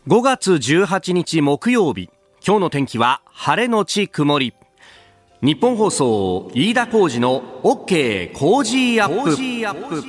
5月18日木曜日、今日の天気は晴れのち曇り。日本放送飯田浩司の OK コージーアップ。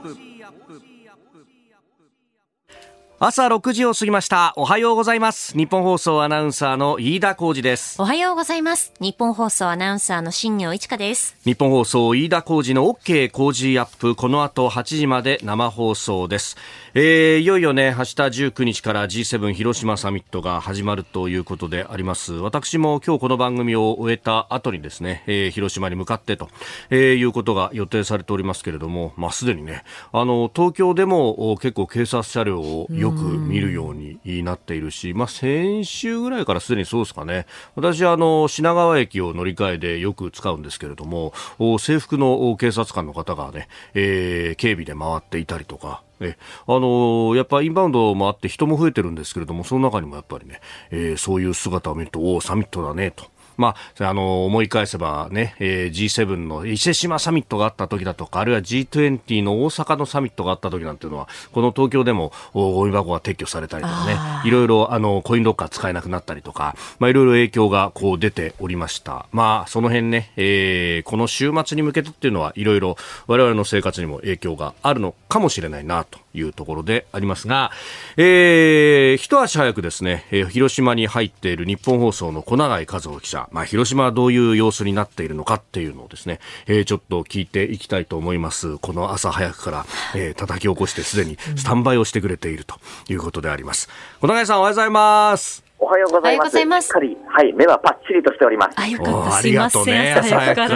朝6時を過ぎました。おはようございます。日本放送アナウンサーの飯田浩司です。 おはようございます。日本放送アナウンサーの新業一華です。 日本放送飯田浩司の OK コージーアップ、この後8時まで生放送です。いよいよね、明日19日から G7 広島サミットが始まるということであります。私も今日この番組を終えた後にですね、広島に向かってと、いうことが予定されておりますけれども、すでにね、東京でも結構警察車両をよく見るようになっているし、先週ぐらいからすでにそうですかね。私品川駅を乗り換えでよく使うんですけれども、制服の警察官の方がね、警備で回っていたりとか、やっぱインバウンドもあって人も増えてるんですけれども、その中にもやっぱりね、そういう姿を見ると、サミットだねと。思い返せばね、G7 の伊勢志摩サミットがあった時だとか、あるいは G20 の大阪のサミットがあった時なんていうのは、この東京でもゴミ箱が撤去されたりとかね、いろいろコインロッカー使えなくなったりとか、いろいろ影響がこう出ておりました。その辺ね、この週末に向けてっていうのはいろいろ我々の生活にも影響があるのかもしれないなというところでありますが、一足早くですね、広島に入っている日本放送の小永井和夫記者、広島はどういう様子になっているのかっていうのをですね、ちょっと聞いていきたいと思います。この朝早くから、叩き起こしてすでにスタンバイをしてくれているということであります。小永井さん、おはようございます。 おはようございます。しっかり、目はパッチリとしております。 よかった。 ありがとうね、朝早くから。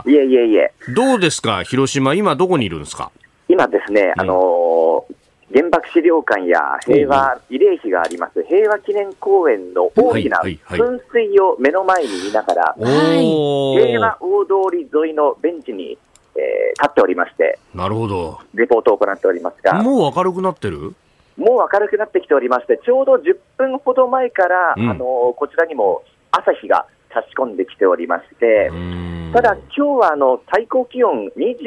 いえ。 どうですか、広島、今どこにいるんですか？ 今ですね、原爆資料館や平和慰霊碑があります平和記念公園の大きな噴水を目の前に見ながら、平和大通り沿いのベンチに、立っておりまして、 なるほど、 レポートを行っておりますが、 もう明るくなってる？ もう明るくなってきておりまして、ちょうど10分ほど前から、こちらにも朝日が差し込んできておりまして、ただ今日は最高気温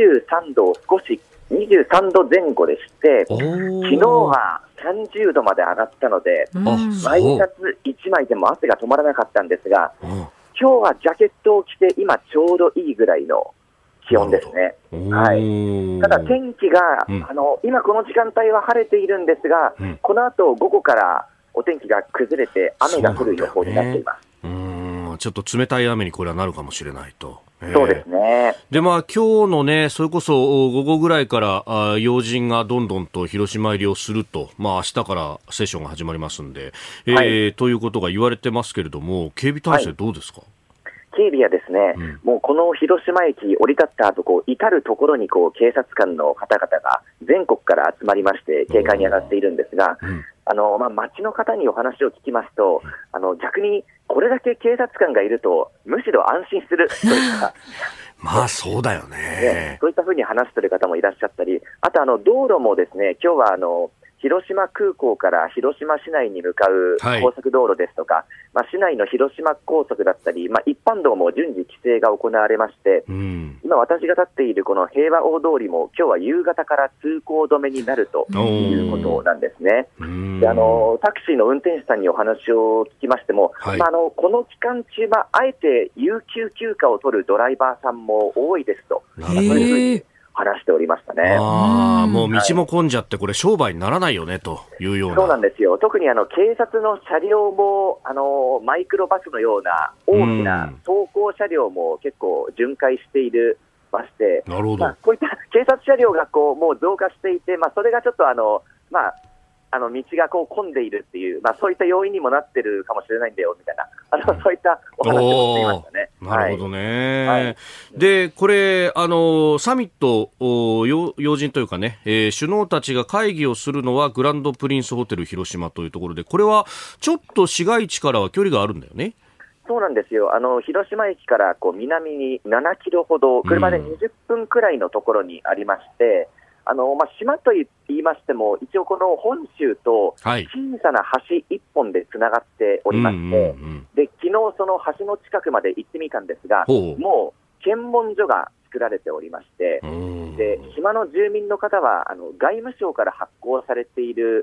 23度を少し23度前後でして、昨日は30度まで上がったので、ワイシャツ1枚でも汗が止まらなかったんですが、今日はジャケットを着て今ちょうどいいぐらいの気温ですね。ただ天気が、今この時間帯は晴れているんですが、この後午後からお天気が崩れて雨が降る予報になっています。 ちょっと冷たい雨にこれはなるかもしれないと。 そうですね。 で、今日のね、それこそ午後ぐらいから要人がどんどんと広島入りをすると、明日からセッションが始まりますんで、ということが言われてますけれども、警備体制どうですか？ 警備はですね、もうこの広島駅降り立った後、至るところに警察官の方々が全国から集まりまして警戒に上がっているんですが、街の方にお話を聞きますと、逆にこれだけ警察官がいるとむしろ安心するといったそうだよね。 そういったふうに話している方もいらっしゃったり、あと道路もですね、今日は広島空港から広島市内に向かう高速道路ですとか、市内の広島高速だったり、一般道も順次規制が行われまして、今私が立っているこの平和大通りも今日は夕方から通行止めになるということなんですね。でタクシーの運転手さんにお話を聞きましても、この期間中はあえて有給休暇を取るドライバーさんも多いですと、そういうふうに話しておりましたね。 もう道も混んじゃってこれ商売にならないよねというような。 そうなんですよ。特に警察の車両もマイクロバスのような大きな走行車両も結構巡回しているまして、 なるほど。 こういった警察車両がもう増加していて、それがちょっと道が混んでいるっていう、そういった要因にもなってるかもしれないんだよみたいな、そういったお話をしていましたね。 なるほどね。で、これサミット要人というかね、首脳たちが会議をするのはグランドプリンスホテル広島というところで、これはちょっと市街地からは距離があるんだよね。 そうなんですよ。広島駅から南に7キロほど車で20分くらいのところにありまして、島と言いましても一応この本州と小さな橋1本でつながっておりまして、で昨日その橋の近くまで行ってみたんですが、もう検問所が作られておりまして、で島の住民の方は外務省から発行されている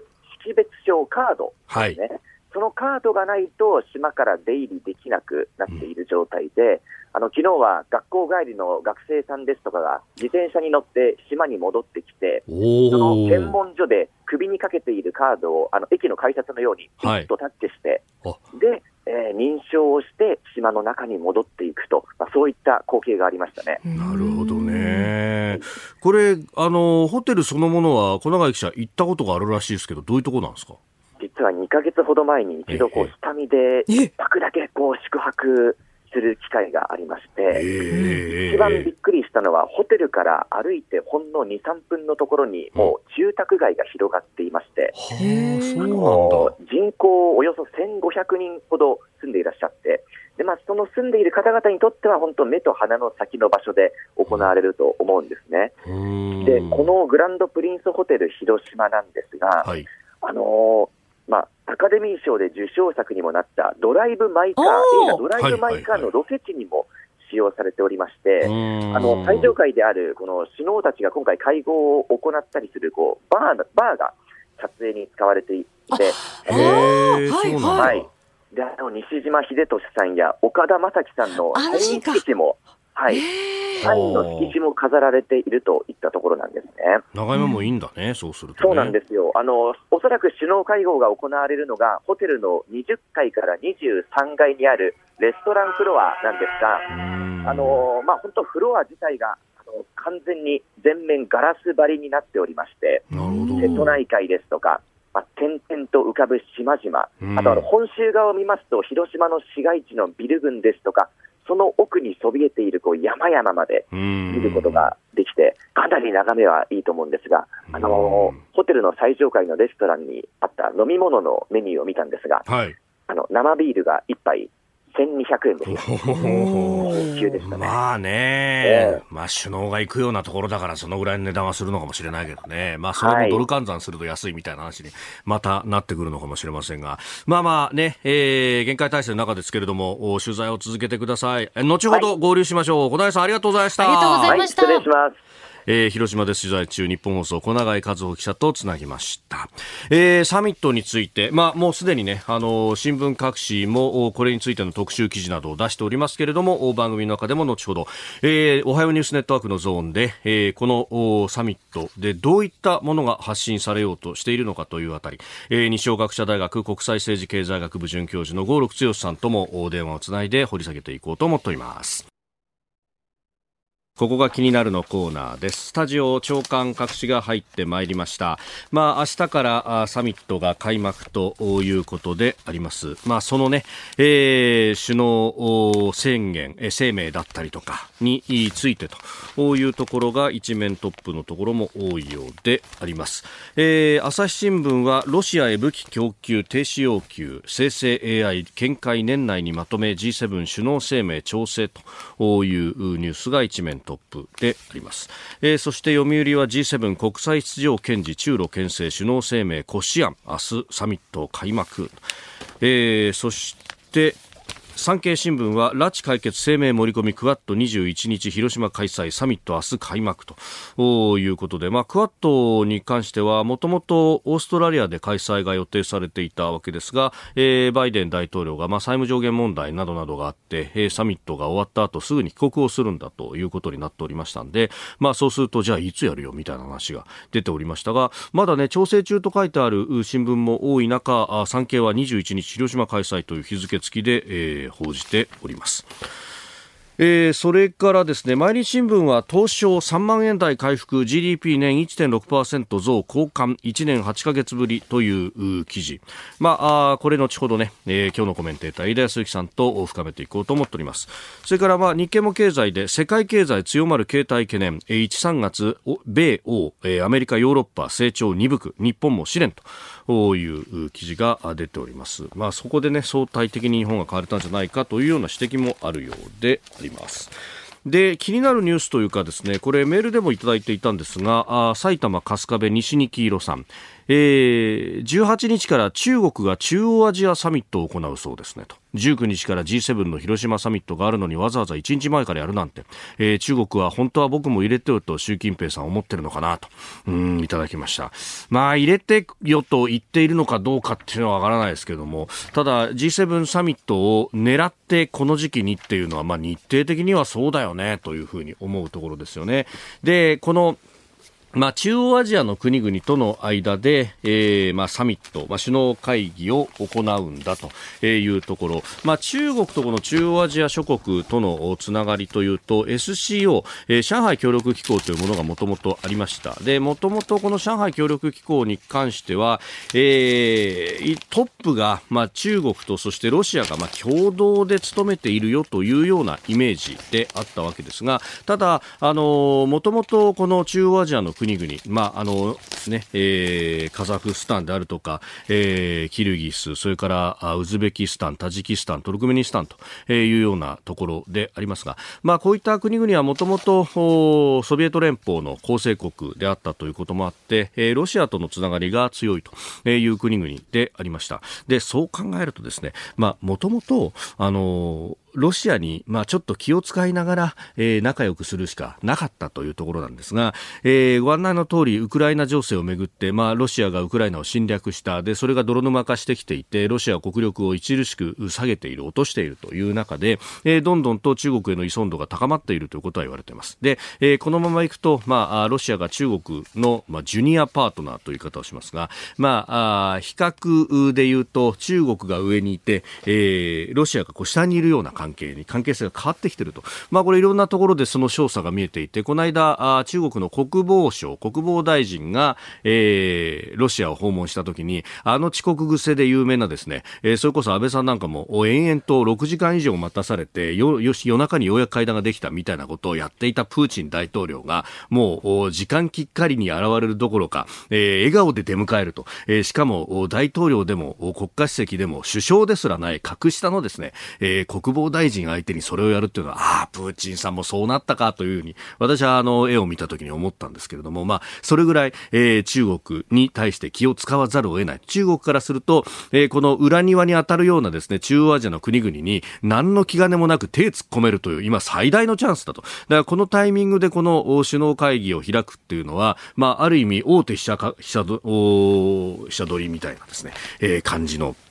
識別証カードですね、そのカードがないと島から出入りできなくなっている状態で、昨日は学校帰りの学生さんですとかが自転車に乗って島に戻ってきて、その検問所で首にかけているカードを駅の改札のようにピッとタッチして、で、認証をして島の中に戻っていくと、そういった光景がありましたね。 なるほどね。これホテルそのものは小永記者行ったことがあるらしいですけど、どういうところなんですか？ 実は2ヶ月ほど前に一度下見で1泊だけ宿泊する機会がありまして、一番びっくりしたのはホテルから歩いてほんの 2,3 分のところにもう住宅街が広がっていまして、人口およそ1500人ほど住んでいらっしゃって、で、その住んでいる方々にとっては本当目と鼻の先の場所で行われると思うんですね。で、このグランドプリンスホテル広島なんですが、アカデミー賞で受賞作にもなったドライブ・マイ・カー、映画ドライブ・マイ・カーのロケ地にも使用されておりまして、最上階であるこの首脳たちが今回会合を行ったりするバーが撮影に使われていて、で西島秀俊さんや岡田将生さんのサイン色紙も、サインの色紙も飾られているといったところなんですね。 眺めもいいんだね、そうすると、ね。 そうなんですよ。おそらく首脳会合が行われるのがホテルの20階から23階にあるレストランフロアなんですが、本当フロア自体が完全に全面ガラス張りになっておりまして、瀬戸内海ですとか、点々と浮かぶ島々、あと本州側を見ますと広島の市街地のビル群ですとか、その奥にそびえている山々まで見ることができて、かなり眺めはいいと思うんですが、ホテルの最上階のレストランにあった飲み物のメニューを見たんですが、生ビールが1杯1200円です。高級でしたね。 首脳が行くようなところだからそのぐらいの値段はするのかもしれないけどね。それもドル換算すると安いみたいな話にまたなってくるのかもしれませんが、厳戒態勢の中ですけれども取材を続けてください。後ほど合流しましょう。小平さん、ありがとうございました。 ありがとうございました。 失礼します。 広島で取材中、日本放送小永井和穂記者とつなぎました。サミットについて、もうすでにね、新聞各紙もこれについての特集記事などを出しておりますけれども、番組の中でも後ほど、おはようニュースネットワークのゾーンで、このサミットでどういったものが発信されようとしているのかというあたり、西尾学者大学国際政治経済学部准教授の合六剛さんとも電話をつないで掘り下げていこうと思っております。ここが気になるのコーナーです。スタジオ長官各紙が入ってまいりました。明日からサミットが開幕ということであります。そのね、首脳宣言、声明だったりとかについてというところが一面トップのところも多いようであります。朝日新聞はロシアへ武器供給停止要求、生成 AI 見解年内にまとめ G7 首脳声明調整というニュースが一面トップであります。そして読売は G7 国際秩序を堅持、中ロ牽制首脳声明骨子案、明日サミット開幕。そして産経新聞は拉致解決声明盛り込みクアッド21日広島開催サミット明日開幕ということで、クアッドに関してはもともとオーストラリアで開催が予定されていたわけですが、バイデン大統領が債務上限問題などなどがあって、サミットが終わった後すぐに帰国をするんだということになっておりましたんで、そうするとじゃあいつやるよみたいな話が出ておりましたが、まだね調整中と書いてある新聞も多い中、産経は21日広島開催という日付付きで、報じております。それからですね、毎日新聞は東証3万円台回復 GDP 年 1.6% 増好感1年8ヶ月ぶりという記事、これ後ほどね、今日のコメンテーター飯田康之さんと深めていこうと思っております。それから日経も経済で世界経済強まる経済懸念、1、3月米欧アメリカヨーロッパ成長鈍く日本も試練という記事が出ております。そこでね相対的に日本が変われたんじゃないかというような指摘もあるようであります。で、気になるニュースというかですね、これメールでもいただいていたんですが、埼玉春日部西に黄色さん、 18日から中国が中央アジアサミットを行うそうですねと。19日から G7 の広島サミットがあるのにわざわざ1日前からやるなんて、中国は本当は僕も入れてよと習近平さん思ってるのかなといただきました。まあ入れてよと言っているのかどうかっていうのはわからないですけども、ただ G7 サミットを狙ってこの時期にっていうのは、まあ日程的にはそうだよねというふうに思うところですよね。でこの中央アジアの国々との間で、サミット、首脳会議を行うんだというところ、中国とこの中央アジア諸国とのつながりというと SCO、上海協力機構というものがもともとありました。で、もともとこの上海協力機構に関しては、トップが、中国とそしてロシアが共同で務めているよというようなイメージであったわけですが、ただもともとこの中央アジアの国々、カザフスタンであるとか、キルギス、それからウズベキスタン、タジキスタン、トルクメニスタンというようなところでありますが、こういった国々はもともとソビエト連邦の構成国であったということもあって、ロシアとのつながりが強いという国々でありました。で、そう考えるとですね、もともとロシアにちょっと気を使いながら、仲良くするしかなかったというところなんですが、ご案内の通りウクライナ情勢をめぐって、ロシアがウクライナを侵略した。でそれが泥沼化してきていて、ロシアは国力を著しく下げている、落としているという中で、どんどんと中国への依存度が高まっているということは言われています。で、このままいくと、ロシアが中国の、ジュニアパートナーという言い方をしますが、比較で言うと中国が上にいて、ロシアが下にいるような関係性が変わってきていると。これいろんなところでその少佐が見えていて、この間中国の国防大臣が、ロシアを訪問した時に遅刻癖で有名なですね、それこそ安倍さんなんかも延々と6時間以上待たされて夜中にようやく会談ができたみたいなことをやっていたプーチン大統領がもう時間きっかりに現れるどころか、笑顔で出迎えると。しかも大統領でも国家主席でも首相ですらない格下のですね、国防大臣相手にそれをやるっていうのは、プーチンさんもそうなったかというふうに私は絵を見た時に思ったんですけれども、それぐらい、中国に対して気を使わざるを得ない。中国からすると、この裏庭に当たるようなですね、中央アジアの国々に何の気兼ねもなく手突っ込めるという今最大のチャンスだと。だからこのタイミングでこの首脳会議を開くっていうのは、ある意味大手飛車取りみたいなですね、感じの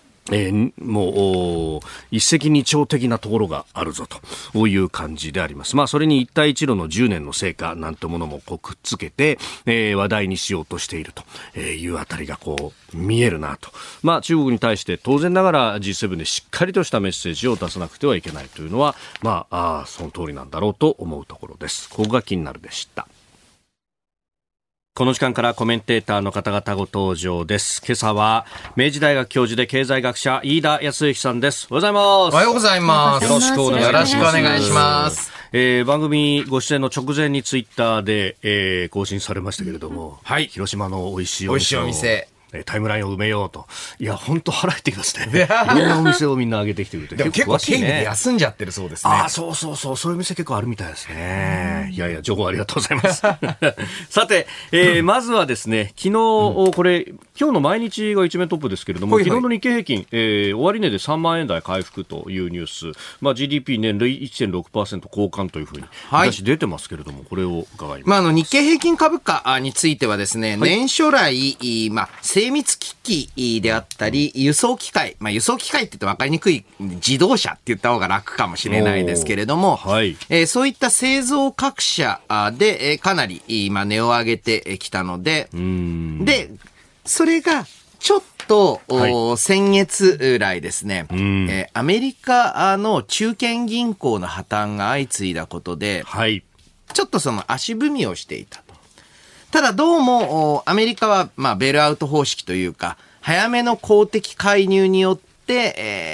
もう一石二鳥的なところがあるぞという感じであります。それに一帯一路の10年の成果なんてものもくっつけて、話題にしようとしているというあたりが見えるなと。中国に対して当然ながら G7 でしっかりとしたメッセージを出さなくてはいけないというのはその通りなんだろうと思うところです。ここが気になるでした。この時間からコメンテーターの方々ご登場です。今朝は明治大学教授で経済学者飯田康之さんです。おはようございます。 おはようございます。 よろしくお願いします。 よろしくお願いします。 番組ご出演の直前にツイッターで、更新されましたけれども、 はい、 広島の美味しいお店タイムラインを埋めようと。いや本当腹減ってきますね。いろんなお店をみんな上げてきてくれて、 でも結構県で休んじゃってるそうですね。 そういう店結構あるみたいですね。いや情報ありがとうございますさて、まずはですね、昨日、これ今日の毎日が一面トップですけれども、昨日の日経平均、終値で3万円台回復というニュース、GDP 年類 1.6% 交換というふうに私出てますけれども、これを伺います。 日経平均株価についてはですね、年初来、精密機器であったり輸送機械、輸送機械って言って分かりにくい自動車って言った方が楽かもしれないですけれども、そういった製造各社でかなり今値を上げてきたので、でそれがちょっと、先月来ですね、アメリカの中堅銀行の破綻が相次いだことで、ちょっとその足踏みをしていた。ただどうもアメリカはベールアウト方式というか早めの公的介入によって、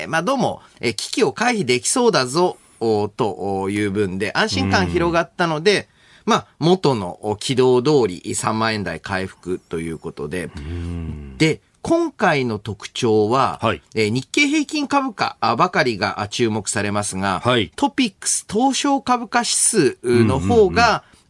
どうも危機を回避できそうだぞという分で安心感広がったので、元の軌道通り3万円台回復ということで、で今回の特徴は、日経平均株価ばかりが注目されますが、トピックス東証株価指数の方が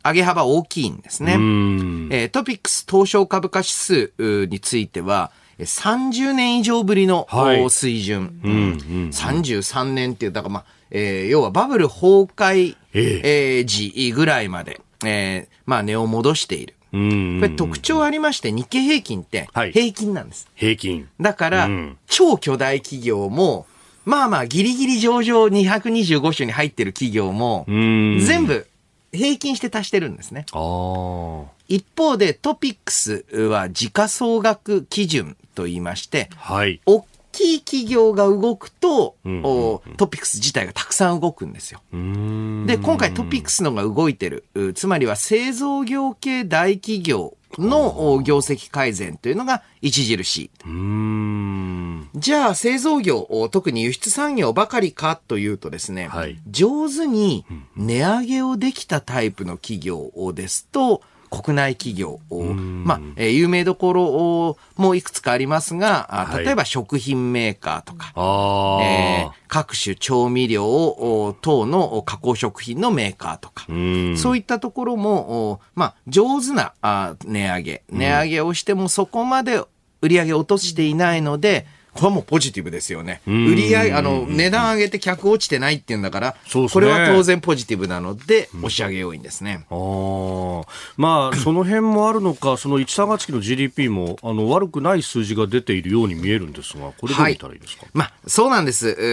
上げ幅大きいんですね。トピックス東証株価指数については、30年以上ぶりの水準。33年っていう、だから要はバブル崩壊、時ぐらいまで、値を戻している。これ特徴ありまして、日経平均って平均なんです。 平均。 だから、超巨大企業も、ギリギリ上場225種に入ってる企業も、全部平均して足してるんですね。一方でトピックスは時価総額基準と言いまして、大きい企業が動くと、トピックス自体がたくさん動くんですよ。で、今回トピックスのが動いてる、つまりは製造業系大企業の業績改善というのが著しい。じゃあ製造業、特に輸出産業ばかりかというとですね、上手に値上げをできたタイプの企業ですと、国内企業、有名どころもいくつかありますが、例えば食品メーカーとか、各種調味料等の加工食品のメーカーとか、そういったところも、上手な値上げをしてもそこまで売り上げを落としていないので、これはもうポジティブですよね。売り上げ、値段上げて客落ちてないっていうんだから、これは当然ポジティブなので、押し上げ要因ですね。 その辺もあるのか、その1、3月期の GDP も、悪くない数字が出ているように見えるんですが、これどう見たらいいですか？ そうなんです。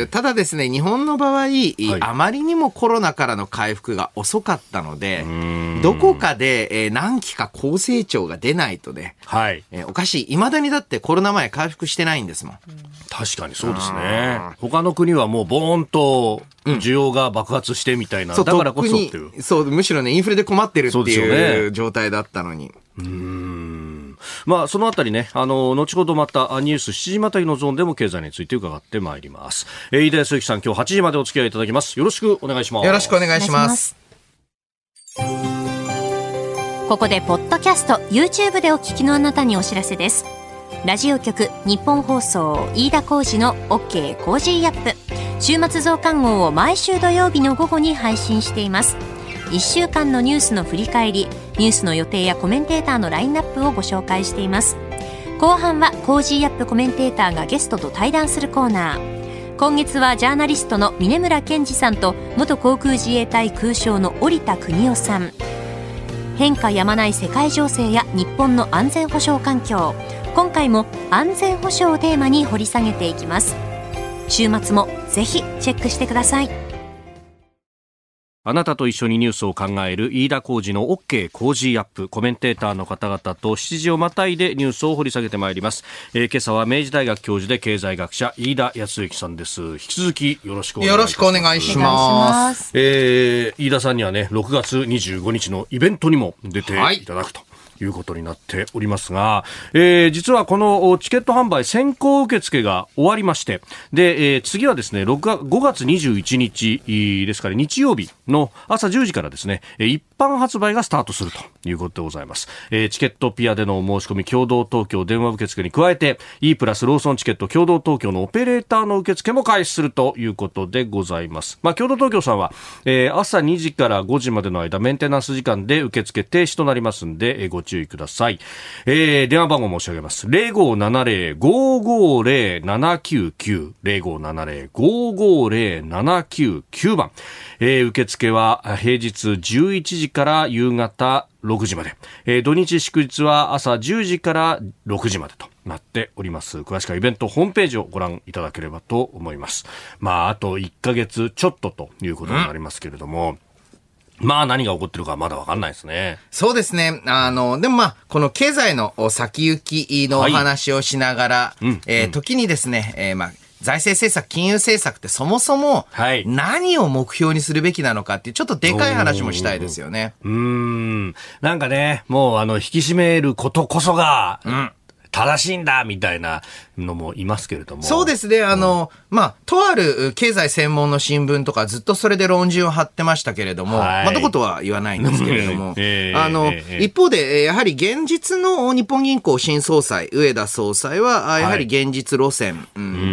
ただですね、日本の場合、あまりにもコロナからの回復が遅かったので、どこかで、何期か高成長が出ないとね、おかしい。未だにだってコロナ前回復してないんですもん。 確かにそうですね。他の国はもうボーンと需要が爆発してみたいな、だからこそっていう。 そう、むしろね、インフレで困ってるっていう状態だったのに。 そのあたりね、後ほどまたニュース7時またぎのゾーンでも経済について伺ってまいります。飯田康之さん、今日8時までお付き合いいただきます。よろしくお願いします。 よろしくお願いします。 ここでポッドキャスト YouTube でお聞きのあなたにお知らせです。ラジオ局日本放送飯田浩司の OK コージーアップ、週末増刊号を毎週土曜日の午後に配信しています。1週間のニュースの振り返り、ニュースの予定やコメンテーターのラインナップをご紹介しています。後半はコージーアップコメンテーターがゲストと対談するコーナー。今月はジャーナリストの峯村健二さんと元航空自衛隊空将の織田邦夫さん。変化やまない世界情勢や日本の安全保障環境、今回も安全保障をテーマに掘り下げていきます。週末もぜひチェックしてください。 あなたと一緒にニュースを考える飯田浩司の OK コージーアップ、コメンテーターの方々と7時をまたいでニュースを掘り下げてまいります。今朝は明治大学教授で経済学者飯田康之さんです。引き続きよろしくお願いします。 よろしくお願いします。 飯田さんにはね、6月25日のイベントにも出ていただくということになっておりますが、実はこのチケット販売先行受付が終わりまして、で、次はですね、5月21日ですから、日曜日の朝10時からですね、一般発売がスタートするということでございます。チケットピアでのお申し込み、共同東京電話受付に加えて E プラスローソンチケット共同東京のオペレーターの受付も開始するということでございます。共同東京さんは、朝2時から5時までの間メンテナンス時間で受付停止となりますので、ご注意ください。電話番号申し上げます。 0570-550-799 0570-550-799 番、受付は平日11時から夕方6時まで、土日祝日は朝10時から6時までとなっております。詳しくはイベントホームページをご覧いただければと思います。あと1ヶ月ちょっとということになりますけれども、何が起こってるかまだ分かんないですね。 そうですね。でもこの経済の先行きのお話をしながら、時にですね、財政政策、金融政策ってそもそも何を目標にするべきなのかっていうちょっとでかい話もしたいですよね。 なんかね、もう引き締めることこそが、正しいんだみたいなのもいますけれども。 そうですね。とある経済専門の新聞とかずっとそれで論順を張ってましたけれども、どことは言わないんですけれども、一方で、やはり現実の日本銀行新総裁、植田総裁は、やはり現実路線、で、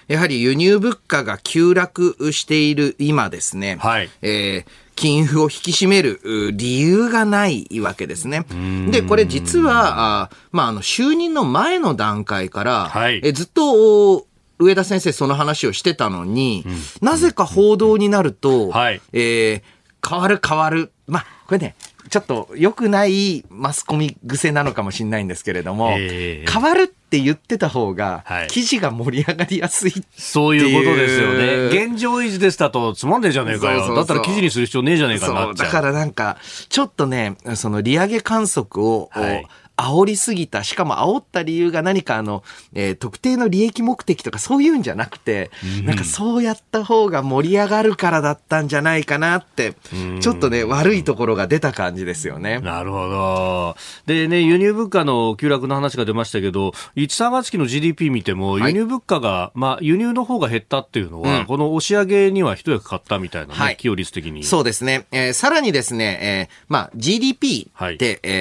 やはり輸入物価が急落している今ですね、 はい、 金融を引き締める理由がないわけですね。で、これ実は、就任の前の段階から、 はい、 ずっと上田先生その話をしてたのに、なぜか報道になると、 はい、 変わる。これね、ちょっと良くないマスコミ癖なのかもしれないんですけれども、変わるって言ってた方が、記事が盛り上がりやすいっていう。 そういうことですよね。現状維持ですだとつまんねえじゃねえかよ。だったら記事にする必要ねえじゃねえかなっちゃう。 だからなんか、ちょっとね、その利上げ観測を、煽りすぎた、しかも煽った理由が何か特定の利益目的とかそういうんじゃなくて、なんかそうやった方が盛り上がるからだったんじゃないかなって、ちょっとね、悪いところが出た感じですよね。 なるほど。でね、輸入物価の急落の話が出ましたけど、1、3月期の GDP 見ても、輸入物価が、輸入の方が減ったっていうのは、この押し上げには一役買ったみたいなね、企業率的に。 そうですね。さらにですね、GDP って、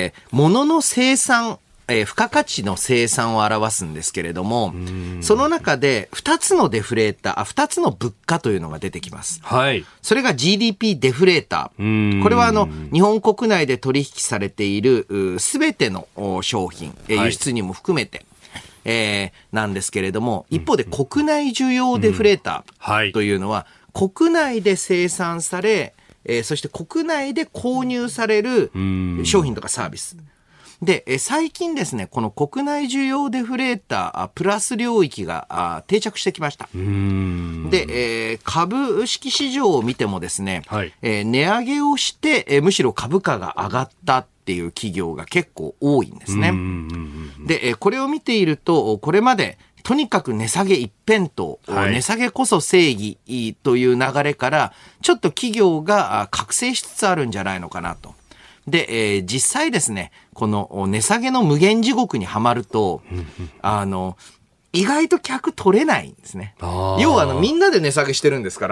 物の生産、付加価値の生産を表すんですけれども、その中で2つのデフレーター、2つの物価というのが出てきます。 はい。 それが GDP デフレーター。これは日本国内で取引されているすべての商品、輸出入も含めて、なんですけれども、一方で国内需要デフレーターというのは、国内で生産され、そして国内で購入される商品とかサービス。で、最近ですね、この国内需要デフレータープラス領域が定着してきました。で、株式市場を見てもですね、値上げをして、むしろ株価が上がったっていう企業が結構多いんですね。で、これを見ていると、これまでとにかく値下げ一辺倒、値下げこそ正義という流れから、ちょっと企業が覚醒しつつあるんじゃないのかなと。で、実際ですね、この値下げの無限地獄にはまると、意外と客取れないんですね。要はみんなで値下げしてるんですから、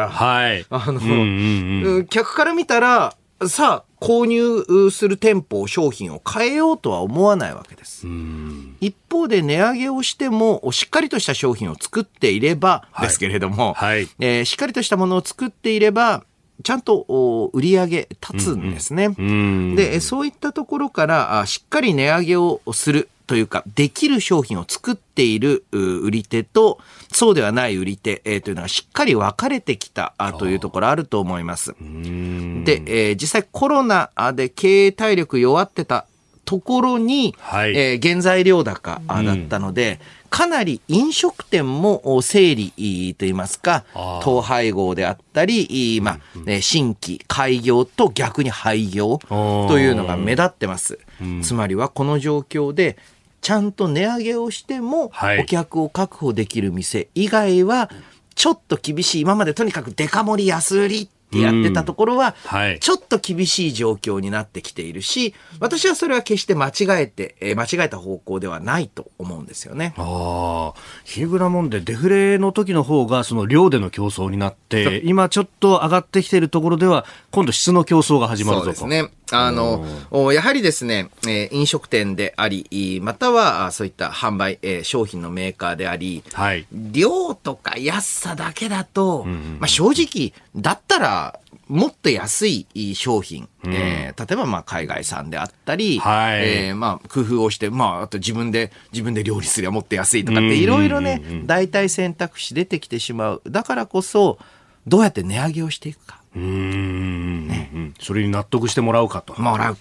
客から見たら、さあ、購入する店舗、商品を変えようとは思わないわけです。一方で値上げをしても、しっかりとした商品を作っていれば、ですけれども、しっかりとしたものを作っていれば、ちゃんと売り上げ立つんですね。で、そういったところからしっかり値上げをするというか、できる商品を作っている売り手と、そうではない売り手というのがしっかり分かれてきたというところあると思います。で、実際コロナで経営体力弱ってたところに、原材料高だったので、かなり飲食店も整理といいますか、統廃合であったり、新規開業と逆に廃業というのが目立ってます。つまりはこの状況で、ちゃんと値上げをしても、お客を確保できる店以外は、ちょっと厳しい、今までとにかくデカ盛り安売りってやってたところは、ちょっと厳しい状況になってきているし、私はそれは決して間違えた方向ではないと思うんですよね。 皮肉なもんでデフレの時の方がその量での競争になって、今ちょっと上がってきているところでは今度質の競争が始まるぞと。 そうですね。やはりですね、飲食店であり、またはそういった販売、商品のメーカーであり、量とか安さだけだと、正直だったらもっと安い商品、例えば海外産であったり、工夫をして、あと自分で料理すりゃもっと安いとかっていろいろね、代替選択肢出てきてしまう。だからこそどうやって値上げをしていくか。 それに納得してもらうかと。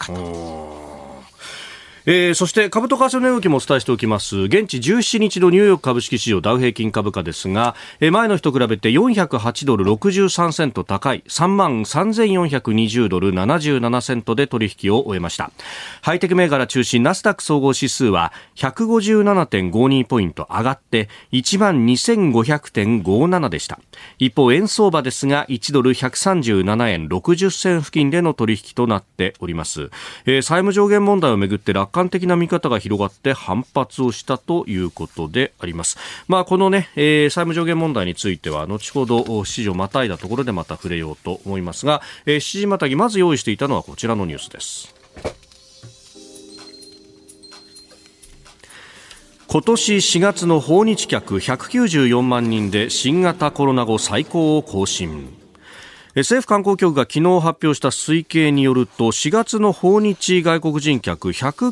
そして株と為替の動きもお伝えしておきます。現地17日のニューヨーク株式市場ダウ平均株価ですが、前の日と比べて408ドル63セント高い 33,420 ドル77セントで取引を終えました。ハイテク銘柄中心ナスダック総合指数は 157.52 ポイント上がって12,500.57 でした。一方円相場ですが1ドル137円60銭付近での取引となっております。債務上限問題をめぐって楽観的な見方が広がって反発をしたということであります。このね、債務上限問題については後ほど7時をまたいだところでまた触れようと思いますが、7時またぎまず用意していたのはこちらのニュースです。 今年4月の訪日客194万人で新型コロナ後最高を更新。政府観光局が昨日発表した推計によると、4月の訪日外国人客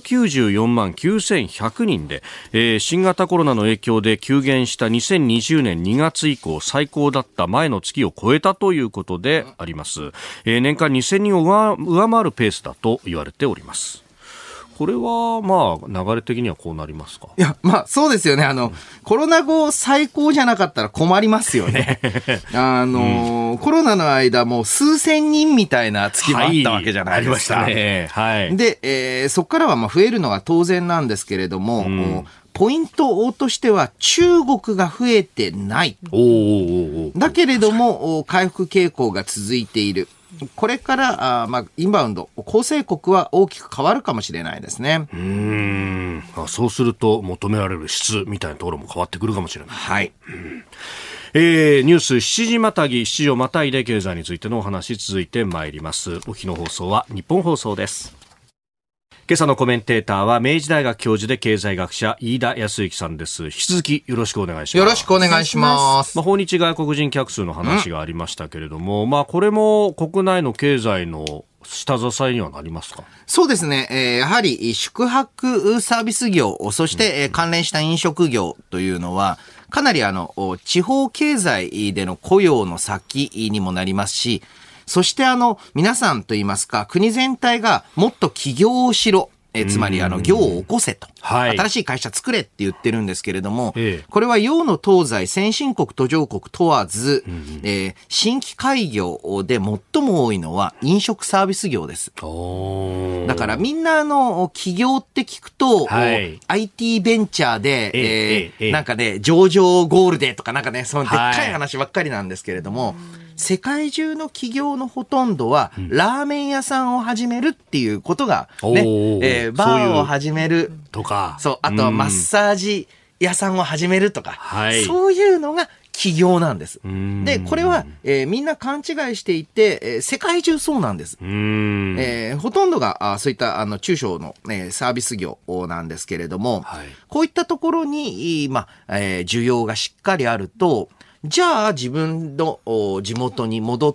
194万9100人で、新型コロナの影響で急減した2020年2月以降最高だった前の月を超えたということであります。年間2000人を上回るペースだと言われております。これはまあ流れ的にはこうなりますか。 いや、まあそうですよね。コロナ後最高じゃなかったら困りますよね。コロナの間もう数千人みたいな月もあったわけじゃないですか。 ありましたね。はい。 で、そこからはまあ増えるのが当然なんですけれども、ポイントとしては中国が増えてない。だけれども回復傾向が続いている。これからインバウンド構成国は大きく変わるかもしれないですね。 そうすると求められる質みたいなところも変わってくるかもしれない。 はい。 ニュース7時またぎ、7時をまたいで経済についてのお話続いてまいります。お日の放送は日本放送です。今朝のコメンテーターは明治大学教授で経済学者飯田康之さんです。引き続きよろしくお願いします。 よろしくお願いします。 訪日外国人客数の話がありましたけれども、これも国内の経済の下支えにはなりますか？ そうですね。やはり宿泊サービス業、そして関連した飲食業というのは、かなり地方経済での雇用の先にもなりますし、そして皆さんといいますか、国全体がもっと起業をしろ。つまり業を起こせと、新しい会社作れって言ってるんですけれども、これは洋の東西先進国途上国問わず、新規開業で最も多いのは飲食サービス業です。だからみんな起業って聞くと、IT ベンチャーで、なんかね上場ゴールでとかなんかねそのでっかい話ばっかりなんですけれども、世界中の企業のほとんどは、ラーメン屋さんを始めるっていうことがね、バーを始めるとか、 そう、あとはマッサージ屋さんを始めるとか、そういうのが起業なんです。で、これは、みんな勘違いしていて、世界中そうなんです。ほとんどがそういった中小の、サービス業なんですけれども、こういったところに、需要がしっかりあると、じゃあ自分の地元に戻って、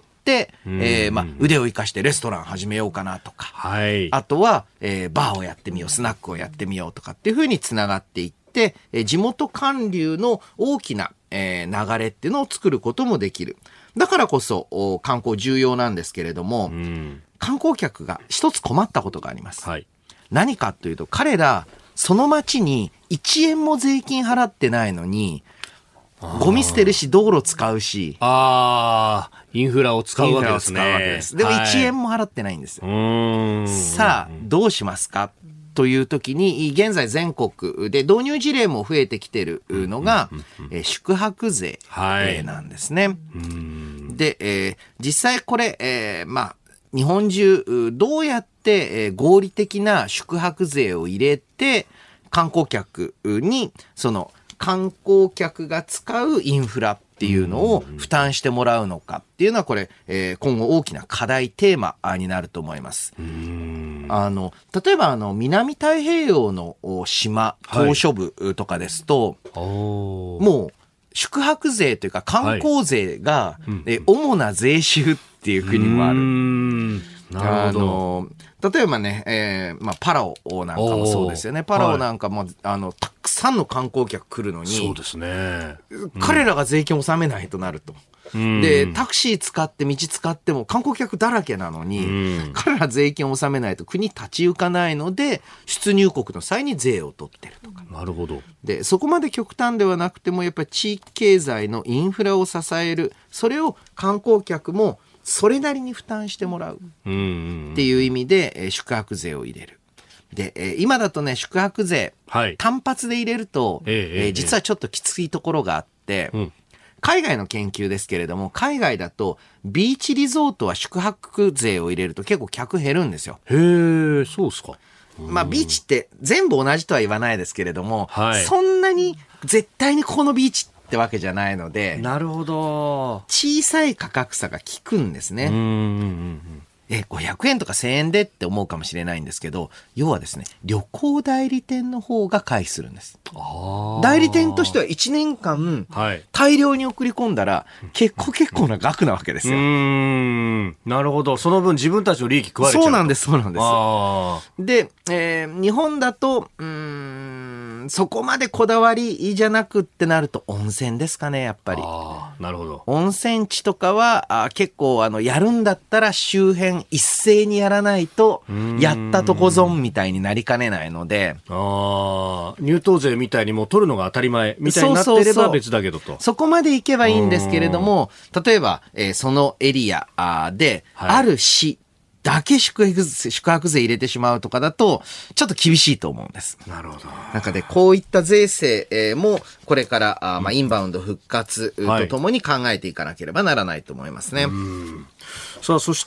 腕を生かしてレストラン始めようかなとか、あとは、バーをやってみよう、スナックをやってみようとかっていうふうにつながっていって、地元韓流の大きな、流れっていうのを作ることもできる。だからこそ観光重要なんですけれども、観光客が一つ困ったことがあります。何かというと、彼らその町に1円も税金払ってないのに、ゴミ捨てるし道路使うし、 インフラを使うわけですね。 でも1円も払ってないんですよ。さあどうしますかという時に、現在全国で導入事例も増えてきているのが、宿泊税なんですね。で、実際これ、日本中どうやって合理的な宿泊税を入れて観光客にその観光客が使うインフラっていうのを負担してもらうのかっていうのはこれ、今後大きな課題テーマになると思います。例えば南太平洋の島、島嶼部とかですと、もう宿泊税というか観光税が、主な税収っていう国もある。 なるほど。 例えばね、パラオなんかもそうですよね。パラオなんかも、たくさんの観光客来るのに、 そうですね。 彼らが税金を納めないとなると。で、タクシー使って道使っても観光客だらけなのに、彼ら税金を納めないと国立ち行かないので、出入国の際に税を取ってるとか。 なるほど。 で、そこまで極端ではなくても、やっぱり地域経済のインフラを支える。それを観光客もそれなりに負担してもらうっていう意味で、宿泊税を入れる。で、今だとね、宿泊税、単発で入れると、実はちょっときついところがあって、海外の研究ですけれども、海外だとビーチリゾートは宿泊税を入れると結構客減るんですよ。 へー、そうですか。 ビーチって全部同じとは言わないですけれども、そんなに絶対にここのビーチってわけじゃないので、 なるほど。 小さい価格差が効くんですね。 500円とか1000円でって思うかもしれないんですけど、要はですね、旅行代理店の方が回避するんです。代理店としては1年間、大量に送り込んだら、結構な額なわけですよ。 なるほど。その分自分たちの利益食われちゃう。 そうなんです、そうなんです。で、日本だと、そこまでこだわりじゃなくってなると温泉ですかね、やっぱり。 なるほど。 温泉地とかは結構やるんだったら周辺一斉にやらないとやったとこ損みたいになりかねないので、 入湯税みたいにもう取るのが当たり前みたいになっていれば別だけどと。 そこまで行けばいいんですけれども、例えば、そのエリアである市だけ宿泊税入れてしまうとかだとちょっと厳しいと思うんです。 なるほど。 中でこういった税制もこれからインバウンド復活とともに考えていかなければならないと思いますね。 さあ、そして、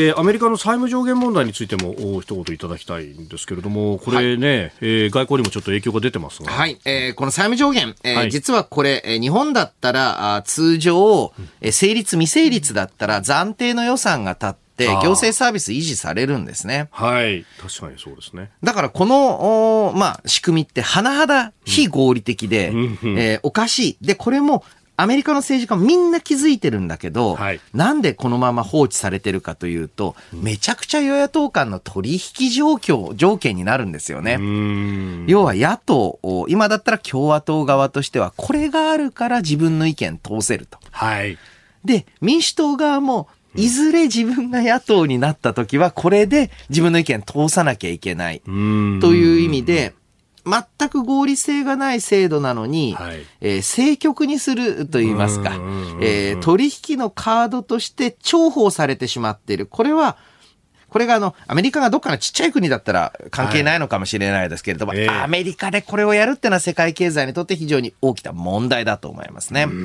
アメリカの債務上限問題についても一言いただきたいんですけれども、これね、外交にもちょっと影響が出てますが、 この債務上限、実はこれ、日本だったら通常、成立未成立だったら暫定の予算が立って行政サービス維持されるんですね。 はい。確かにそうですね。 だからこの、仕組みって甚だ非合理的で、おかしい。で、これもアメリカの政治家もみんな気づいてるんだけど、なんでこのまま放置されてるかというと、めちゃくちゃ与野党間の取引条件になるんですよね。要は野党、今だったら共和党側としては、これがあるから自分の意見通せると。で、民主党側も、いずれ自分が野党になった時はこれで自分の意見通さなきゃいけないという意味で全く合理性がない制度なのに、政局にするといいますか、取引のカードとして重宝されてしまっている。これがアメリカがどっかのちっちゃい国だったら関係ないのかもしれないですけれども、アメリカでこれをやるってのは世界経済にとって非常に大きな問題だと思いますね。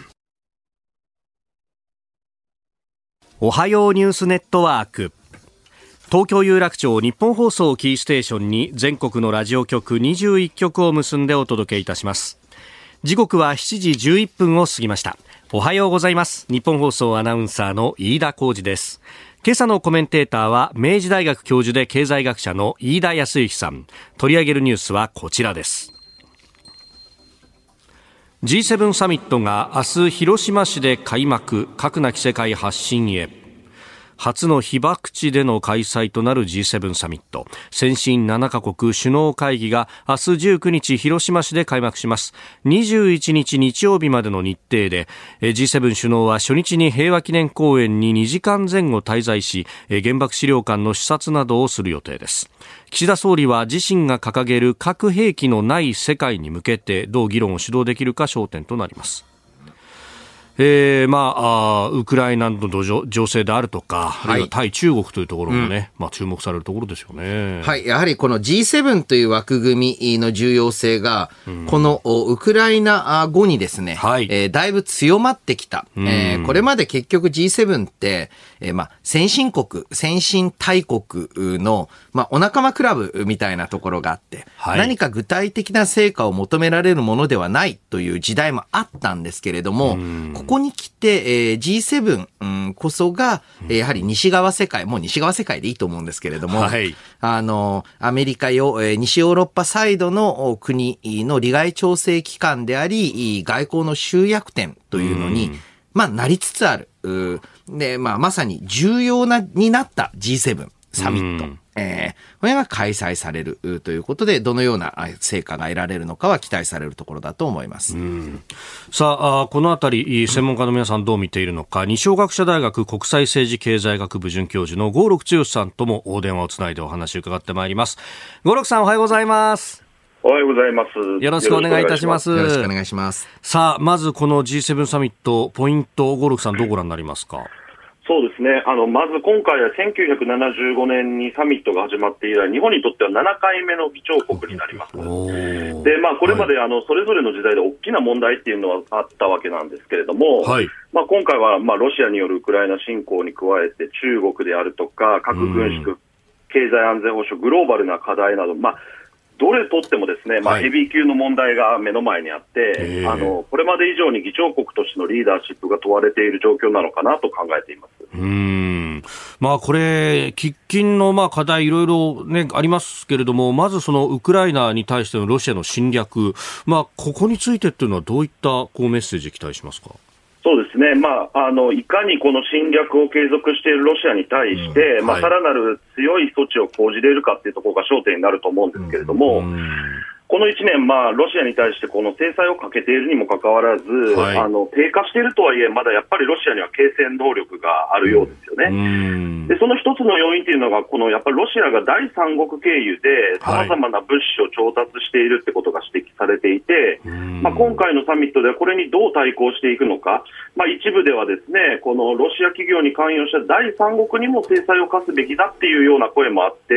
おはようニュースネットワーク、東京有楽町日本放送キーステーションに全国のラジオ局21局を結んでお届けいたします。時刻は7時11分を過ぎました。おはようございます。日本放送アナウンサーの飯田浩司です。今朝のコメンテーターは明治大学教授で経済学者の飯田康之さん。取り上げるニュースはこちらです。G7 サミットが明日広島市で開幕、核なき世界発信へ。初の被爆地での開催となる G7 サミット、先進7カ国首脳会議が明日19日広島市で開幕します。21日日曜日までの日程で G7 首脳は初日に平和記念公園に2時間前後滞在し、原爆資料館の視察などをする予定です。岸田総理は自身が掲げる核兵器のない世界に向けてどう議論を主導できるか焦点となります。ウクライナの情勢であるとか、あるいは対中国というところもね、注目されるところですよね。 やはりこの G7 という枠組みの重要性が、このウクライナ後にですね、だいぶ強まってきた。これまで結局 G7 って、先進大国の、お仲間クラブみたいなところがあって、何か具体的な成果を求められるものではないという時代もあったんですけれども、ここに来て、G7、こそが、やはり西側世界、もう西側世界でいいと思うんですけれども、アメリカ西ヨーロッパサイドの国の利害調整機関であり、外交の集約点というのに、なりつつある。で、まさに重要になった G7 サミット。これが開催されるということで、どのような成果が得られるのかは期待されるところだと思います。 さあ、このあたり専門家の皆さんどう見ているのか、二松学舎大学国際政治経済学部准教授の合六剛さんとも電話をつないでお話を伺ってまいります。合六さん、おはようございます。 おはようございます。 よろしくお願いいたします。 よろしくお願いします。 さあ、まずこの G7 サミット、ポイント、合六さんどうご覧になりますか？ そうですね。まず今回は1975年にサミットが始まって以来、日本にとっては7回目の議長国になります。で、これまでそれぞれの時代で大きな問題っていうのはあったわけなんですけれども、今回はロシアによるウクライナ侵攻に加えて中国であるとか、核軍縮、経済安全保障、グローバルな課題など、どれとってもですね、ヘビー級の問題が目の前にあって、これまで以上に議長国としてのリーダーシップが問われている状況なのかなと考えています。 これ、喫緊の課題いろいろ、ね、ありますけれども、まずそのウクライナに対してのロシアの侵略、ここについてっていうのはどういったメッセージ期待しますか？ そうですね、いかにこの侵略を継続しているロシアに対して、さらなる強い措置を講じれるかというところが焦点になると思うんですけれども、この1年、ロシアに対してこの制裁をかけているにもかかわらず、低下しているとはいえ、まだやっぱりロシアには継戦能力があるようですよね。でその一つの要因というのが、やっぱりロシアが第三国経由でさまざまな物資を調達しているということが指摘されていて、今回のサミットではこれにどう対抗していくのか、一部ではですね、このロシア企業に関与した第三国にも制裁を科すべきだっていうような声もあって、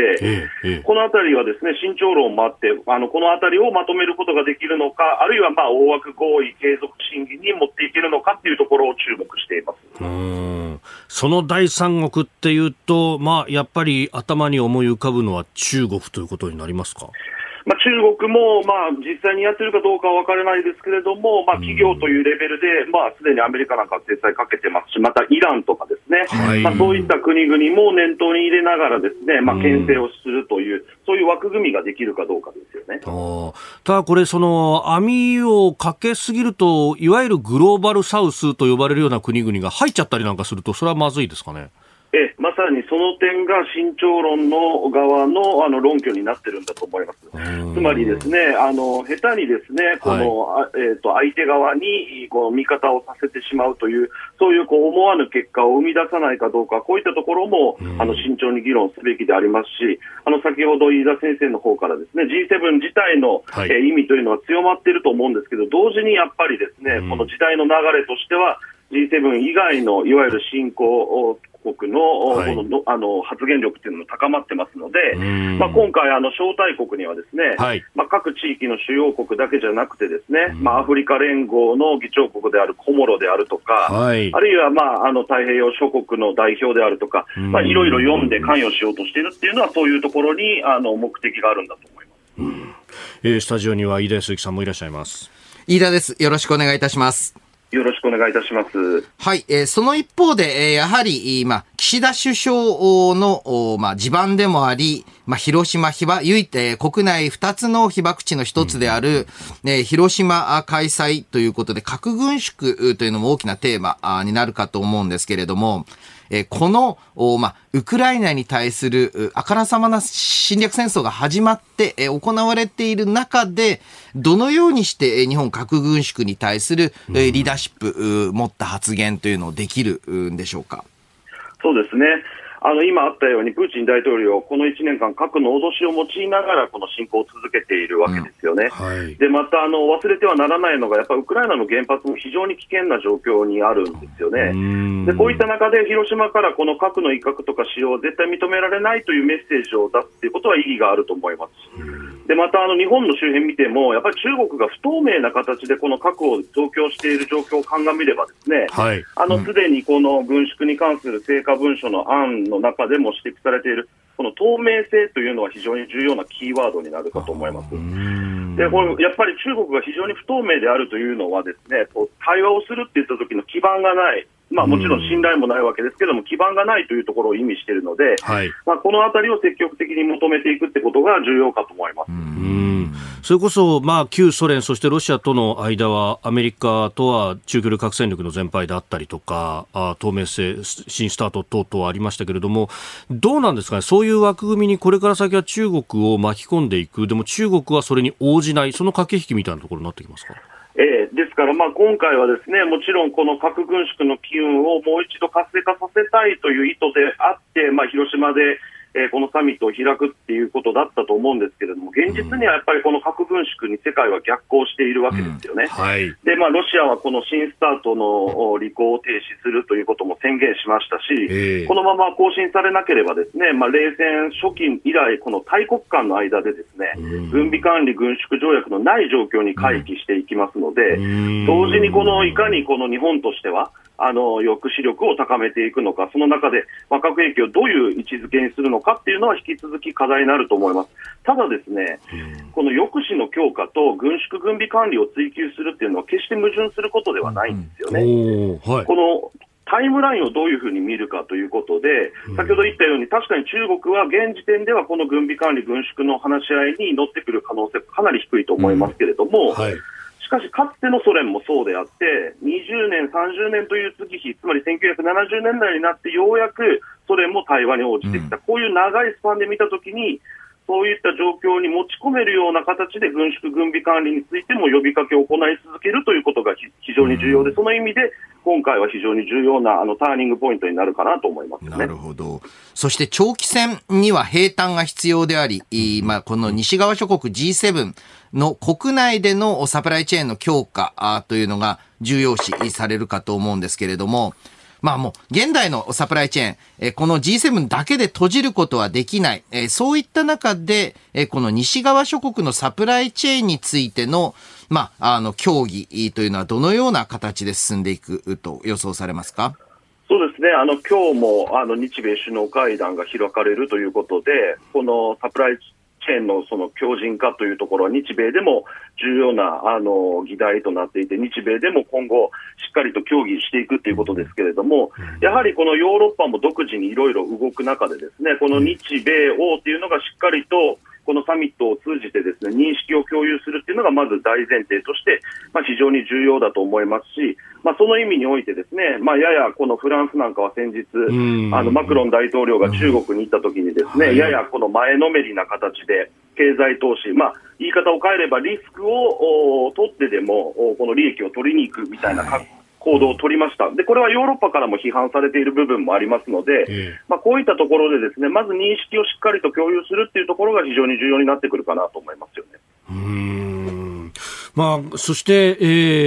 このあたりはですね、慎重論もあって、このあたりをまとめることができるのか、あるいは大枠合意継続審議に持っていけるのかっていうところを注目しています。 その第三国っていうと、やっぱり頭に思い浮かぶのは中国ということになりますか？ 中国も実際にやってるかどうかは分からないですけれども、企業というレベルですでにアメリカなんか制裁かけてますし、またイランとかですね、そういった国々も念頭に入れながらですね、牽制をするという、そういう枠組みができるかどうかですよね。 ただこれ、その網をかけすぎると、いわゆるグローバルサウスと呼ばれるような国々が入っちゃったりなんかすると、それはまずいですかね？ まさにその点が慎重論の側の論拠になってるんだと思います。つまりですね、下手にですね、この、相手側に味方をさせてしまうという、そういう思わぬ結果を生み出さないかどうか、こういったところも慎重に議論すべきでありますし、先ほど飯田先生の方からですね、G7 自体の、意味というのは強まっていると思うんですけど、同時にやっぱりですね、この時代の流れとしては G7 以外のいわゆる新興国の、発言力というのも高まってますので、今回招待国にはですね、各地域の主要国だけじゃなくてですね、アフリカ連合の議長国であるコモロであるとか、あるいは太平洋諸国の代表であるとか、いろいろ読んで関与しようとしているっていうのは、そういうところに目的があるんだと思います。 スタジオには飯田康之さんもいらっしゃいます。 飯田です。よろしくお願いいたします。 よろしくお願いいたします。 はい。その一方で、やはり、岸田首相の、地盤でもあり、広島唯一、国内2つの被爆地の一つである、広島開催ということで、核軍縮というのも大きなテーマになるかと思うんですけれども、この、ウクライナに対するあからさまな侵略戦争が始まって行われている中で、どのようにして日本核軍縮に対するリーダーシップ持った発言というのをできるんでしょうか？ そうですね。今あったようにプーチン大統領、この1年間核の脅しを用いながらこの侵攻を続けているわけですよね。でまた忘れてはならないのが、やっぱりウクライナの原発も非常に危険な状況にあるんですよね。でこういった中で広島からこの核の威嚇とか使用を絶対認められないというメッセージを出すということは意義があると思います。でまた日本の周辺見ても、やっぱり中国が不透明な形でこの核を増強している状況を鑑みればですね、すでにこの軍縮に関する成果文書の案の中でも指摘されているこの透明性というのは非常に重要なキーワードになるかと思います。でこれやっぱり中国が非常に不透明であるというのはですね、対話をするっていった時の基盤がない、もちろん信頼もないわけですけども、基盤がないというところを意味しているので、このあたりを積極的に求めていくってことが重要かと思います。 それこそ、旧ソ連そしてロシアとの間はアメリカとは中距離核戦力の全廃であったりとか、透明性新スタート等々ありましたけれども、どうなんですかね、そういう枠組みにこれから先は中国を巻き込んでいく、でも中国はそれに応じない、その駆け引きみたいなところになってきますか？ ですから、今回はですね、もちろんこの核軍縮の機運をもう一度活性化させたいという意図であって、広島でこのサミットを開くっていうことだったと思うんですけれども、現実にはやっぱりこの核軍縮に世界は逆行しているわけですよね。でロシアはこの新スタートの履行を停止するということも宣言しましたし、このまま更新されなければですね、冷戦初期以来この大国間の間でですね、軍備管理軍縮条約のない状況に回帰していきますので、同時にいかにこの日本としては抑止力を高めていくのか、その中で核兵器をどういう位置づけにするのかっていうのは引き続き課題になると思います。ただですね、この抑止の強化と軍縮軍備管理を追求するっていうのは決して矛盾することではないんですよね。このタイムラインをどういうふうに見るかということで、先ほど言ったように確かに中国は現時点ではこの軍備管理軍縮の話し合いに乗ってくる可能性かなり低いと思いますけれども、はい、しかしかつてのソ連もそうであって、20年、30年という月日、つまり1970年代になってようやくソ連も対話に応じてきた、こういう長いスパンで見たときに、そういった状況に持ち込めるような形で軍縮軍備管理についても呼びかけを行い続けるということが非常に重要で、その意味で今回は非常に重要なターニングポイントになるかなと思いますね。 なるほど。そして長期戦には兵站が必要であり、この西側諸国 G7 の国内でのサプライチェーンの強化というのが重要視されるかと思うんですけれども、もう、現代のサプライチェーン、この G7 だけで閉じることはできない。そういった中で、この西側諸国のサプライチェーンについての、協議というのはどのような形で進んでいくと予想されますか？ そうですね。今日も、日米首脳会談が開かれるということで、このサプライチェーンのその強靭化というところは日米でも重要な議題となっていて、日米でも今後しっかりと協議していくということですけれども、やはりこのヨーロッパも独自にいろいろ動く中でですね、この日米欧というのがしっかりとこのサミットを通じてですね、認識を共有するというのがまず大前提として、非常に重要だと思いますし、その意味においてですね、ややこのフランスなんかは先日、マクロン大統領が中国に行った時にですね、ややこの前のめりな形で経済投資、言い方を変えればリスクを取ってでもこの利益を取りに行くみたいな行動を取りました。で、これはヨーロッパからも批判されている部分もありますので、こういったところでですね、まず認識をしっかりと共有するっていうところが非常に重要になってくるかなと思いますよね。 そして、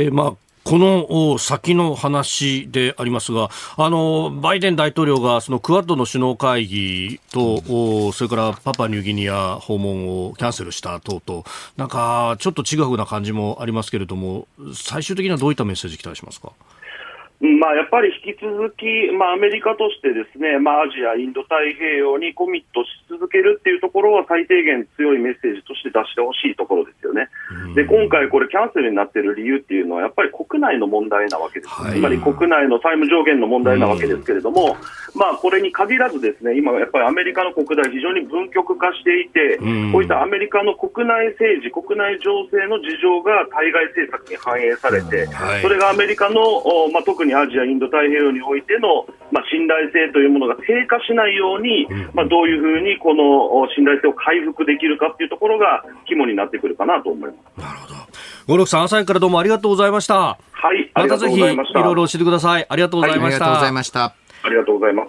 この先の話でありますが、バイデン大統領がそのクアッドの首脳会議と、それからパパニューギニア訪問をキャンセルした等々、なんかちょっとちぐはぐな感じもありますけれども、最終的にはどういったメッセージ期待しますか？ やっぱり引き続き、アメリカとしてですね、アジア、インド太平洋にコミットし続けるっていうところは最低限強いメッセージとして出してほしいところですよね。で、今回これキャンセルになっている理由っていうのはやっぱり国内の問題なわけです。つまり国内の債務上限の問題なわけですけれども、これに限らずですね、今やっぱりアメリカの国内非常に分極化していて、こういったアメリカの国内政治、国内情勢の事情が対外政策に反映されて、それがアメリカの、特にアジア、インド太平洋においての、信頼性というものが低下しないように、どういうふうにこの信頼性を回復できるかというところが肝になってくるかなと思います。 なるほど。五六さん、朝早くからどうもありがとうございました。 はい、ありがとうございました。 またぜひいろいろ教えてください。ありがとうございました。 ありがとうございました。 ありがとうございます。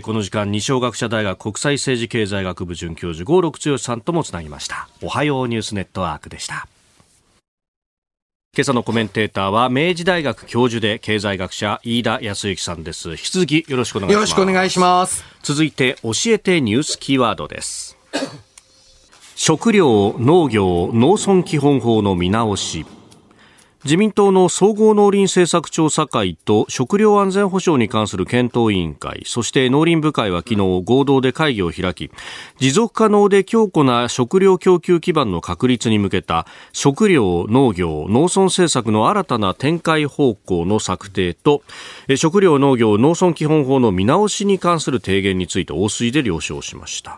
この時間、二松学舎大学国際政治経済学部准教授合六剛さんともつなぎました。おはようニュースネットワークでした。今朝のコメンテーターは明治大学教授で経済学者飯田康之さんです。引き続きよろしくお願いします。 よろしくお願いします。 続いて教えてニュースキーワードです。食料・農業・農村基本法の見直し。自民党の総合農林政策調査会と食料安全保障に関する検討委員会、そして農林部会は昨日合同で会議を開き、持続可能で強固な食料供給基盤の確立に向けた食料・農業・農村政策の新たな展開方向の策定と、食料・農業・農村基本法の見直しに関する提言について応水で了承しました。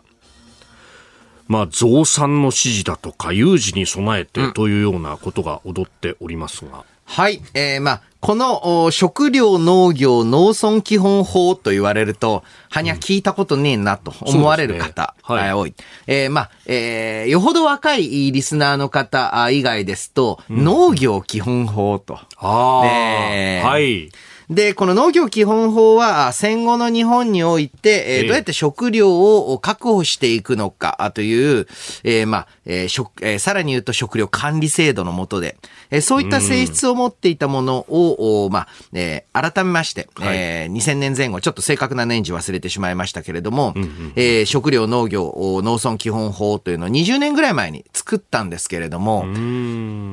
増産の指示だとか有事に備えてというようなことが踊っておりますが、 はい。この食料農業農村基本法と言われると、聞いたことねえなと思われる方、多い。よほど若いリスナーの方以外ですと、農業基本法と。はい。で、この農業基本法は戦後の日本において、どうやって食料を確保していくのかという、さらに言うと食料管理制度の下で、そういった性質を持っていたものを、改めまして、2000年前後、ちょっと正確な年次忘れてしまいましたけれども、食料農業農村基本法というのを20年ぐらい前に作ったんですけれども、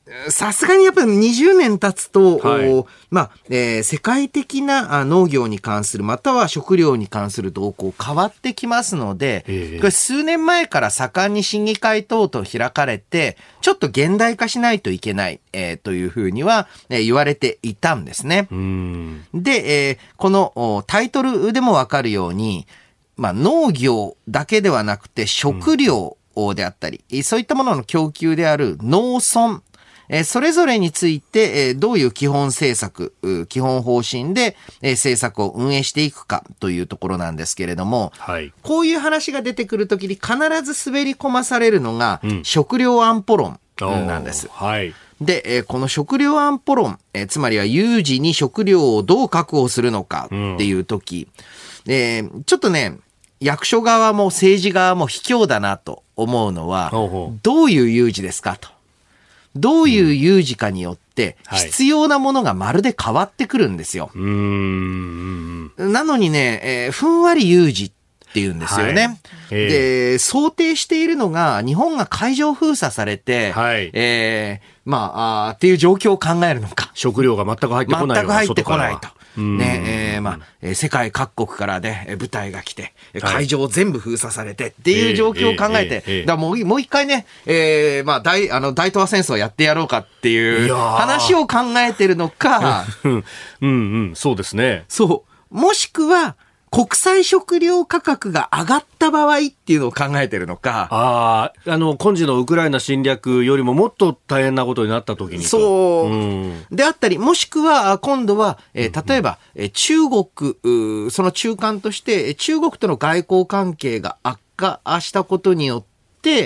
さすがにやっぱり20年経つと、 はい世界的な農業に関する、または食料に関する動向変わってきますので、これ数年前から盛んに審議会等々開かれて、ちょっと現代化しないといけない、というふうには、言われていたんですね。で、このタイトルでもわかるように、農業だけではなくて食料であったり、そういったものの供給である農村、それぞれについて、どういう基本政策、基本方針で、政策を運営していくかというところなんですけれども、 はい、 こういう話が出てくるときに必ず滑り込まされるのが、食料安保論なんです。 はい、 で、この食料安保論、つまりは有事に食料をどう確保するのかっていうとき、ちょっとね、役所側も政治側も卑怯だなと思うのは、どういう有事ですかと。どういう有事かによって必要なものがまるで変わってくるんですよ。なのにね、ふんわり有事っていうんですよね。で、想定しているのが日本が海上封鎖されて、っていう状況を考えるのか。 食料が全く入ってこない。 全く入ってこないと。世界各国からね、部隊が来て、海上を全部封鎖されてっていう状況を考えて、だからもう一回ね、大東亜戦争やってやろうかっていう話を考えてるのか、 そうですね。 そう。もしくは、国際食料価格が上がった場合っていうのを考えてるのか。 今時のウクライナ侵略よりももっと大変なことになった時に。 そう。であったり、もしくは、今度は、例えば、中国、その中間として、中国との外交関係が悪化したことによって、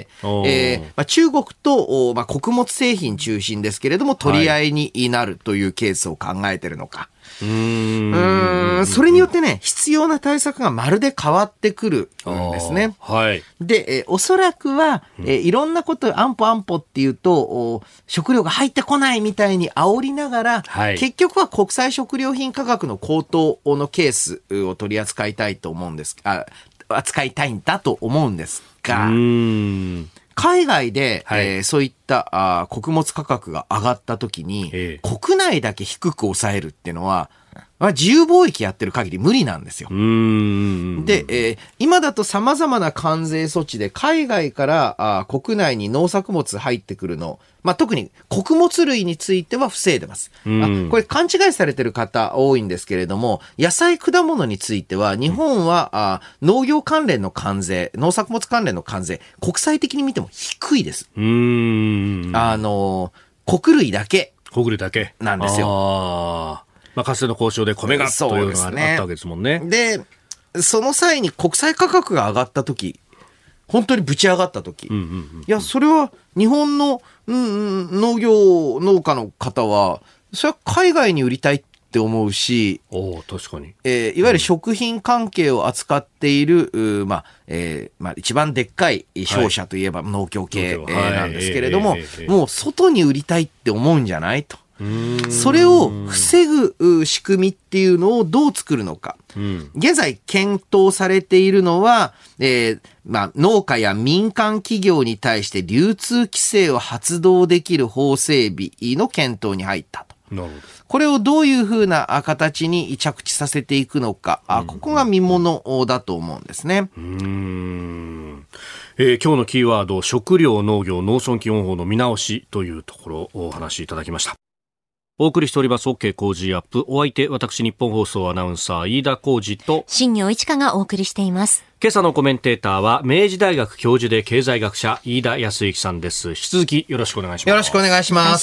中国と、穀物製品中心ですけれども、取り合いになるというケースを考えてるのか。それによってね、必要な対策がまるで変わってくるんですね。で、おそらくは、いろんなこと、安保っていうと、食料が入ってこないみたいに煽りながら、結局は国際食料品価格の高騰のケースを取り扱いたいと思うんです。扱いたいんだと思うんですが、海外で、そういった穀物価格が上がった時に、国内だけ低く抑えるっていうのは、自由貿易やってる限り無理なんですよ。で、今だと様々な関税措置で海外から国内に農作物入ってくるの、特に穀物類については防いでます。これ勘違いされてる方多いんですけれども、野菜果物については日本は農業関連の関税、農作物関連の関税、国際的に見ても低いです。穀類だけなんですよ。 かつての交渉で米がというのがあったわけですもんね。 で、その際に国際価格が上がったとき、本当にぶち上がったとき、いや、それは日本の、農業農家の方は、それは海外に売りたいって思うし、 確かに。 いわゆる食品関係を扱っている、一番でっかい商社といえば農協系なんですけれども、もう外に売りたいって思うんじゃないと。それを防ぐ仕組みっていうのをどう作るのか。現在検討されているのは、農家や民間企業に対して流通規制を発動できる法整備の検討に入ったと。これをどういうふうな形に着地させていくのか、ここが見ものだと思うんですね。 今日のキーワード、食料農業農村基本法の見直しというところをお話しいただきました。お送りしております OK 工事アップ。お相手、私日本放送アナウンサー飯田浩司と新業一華がお送りしています。 今朝のコメンテーターは明治大学教授で経済学者飯田康之さんです。引き続きよろしくお願いします。 よろしくお願いします。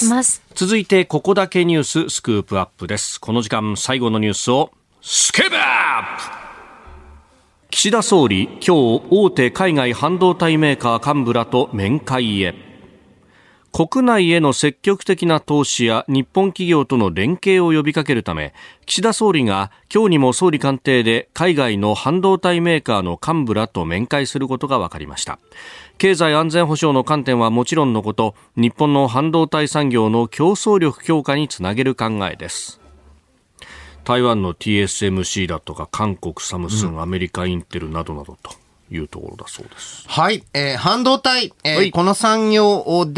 続いてここだけニューススクープアップです。この時間最後のニュースをスクープアップ。岸田総理今日大手海外半導体メーカー幹部らと面会へ。国内への積極的な投資や日本企業との連携を呼びかけるため、岸田総理が今日にも総理官邸で海外の半導体メーカーの幹部らと面会することが分かりました。経済安全保障の観点はもちろんのこと、日本の半導体産業の競争力強化につなげる考えです。台湾の TSMC だとか韓国サムスン、アメリカインテルなどなどというところだそうです。 はい、半導体、この産業で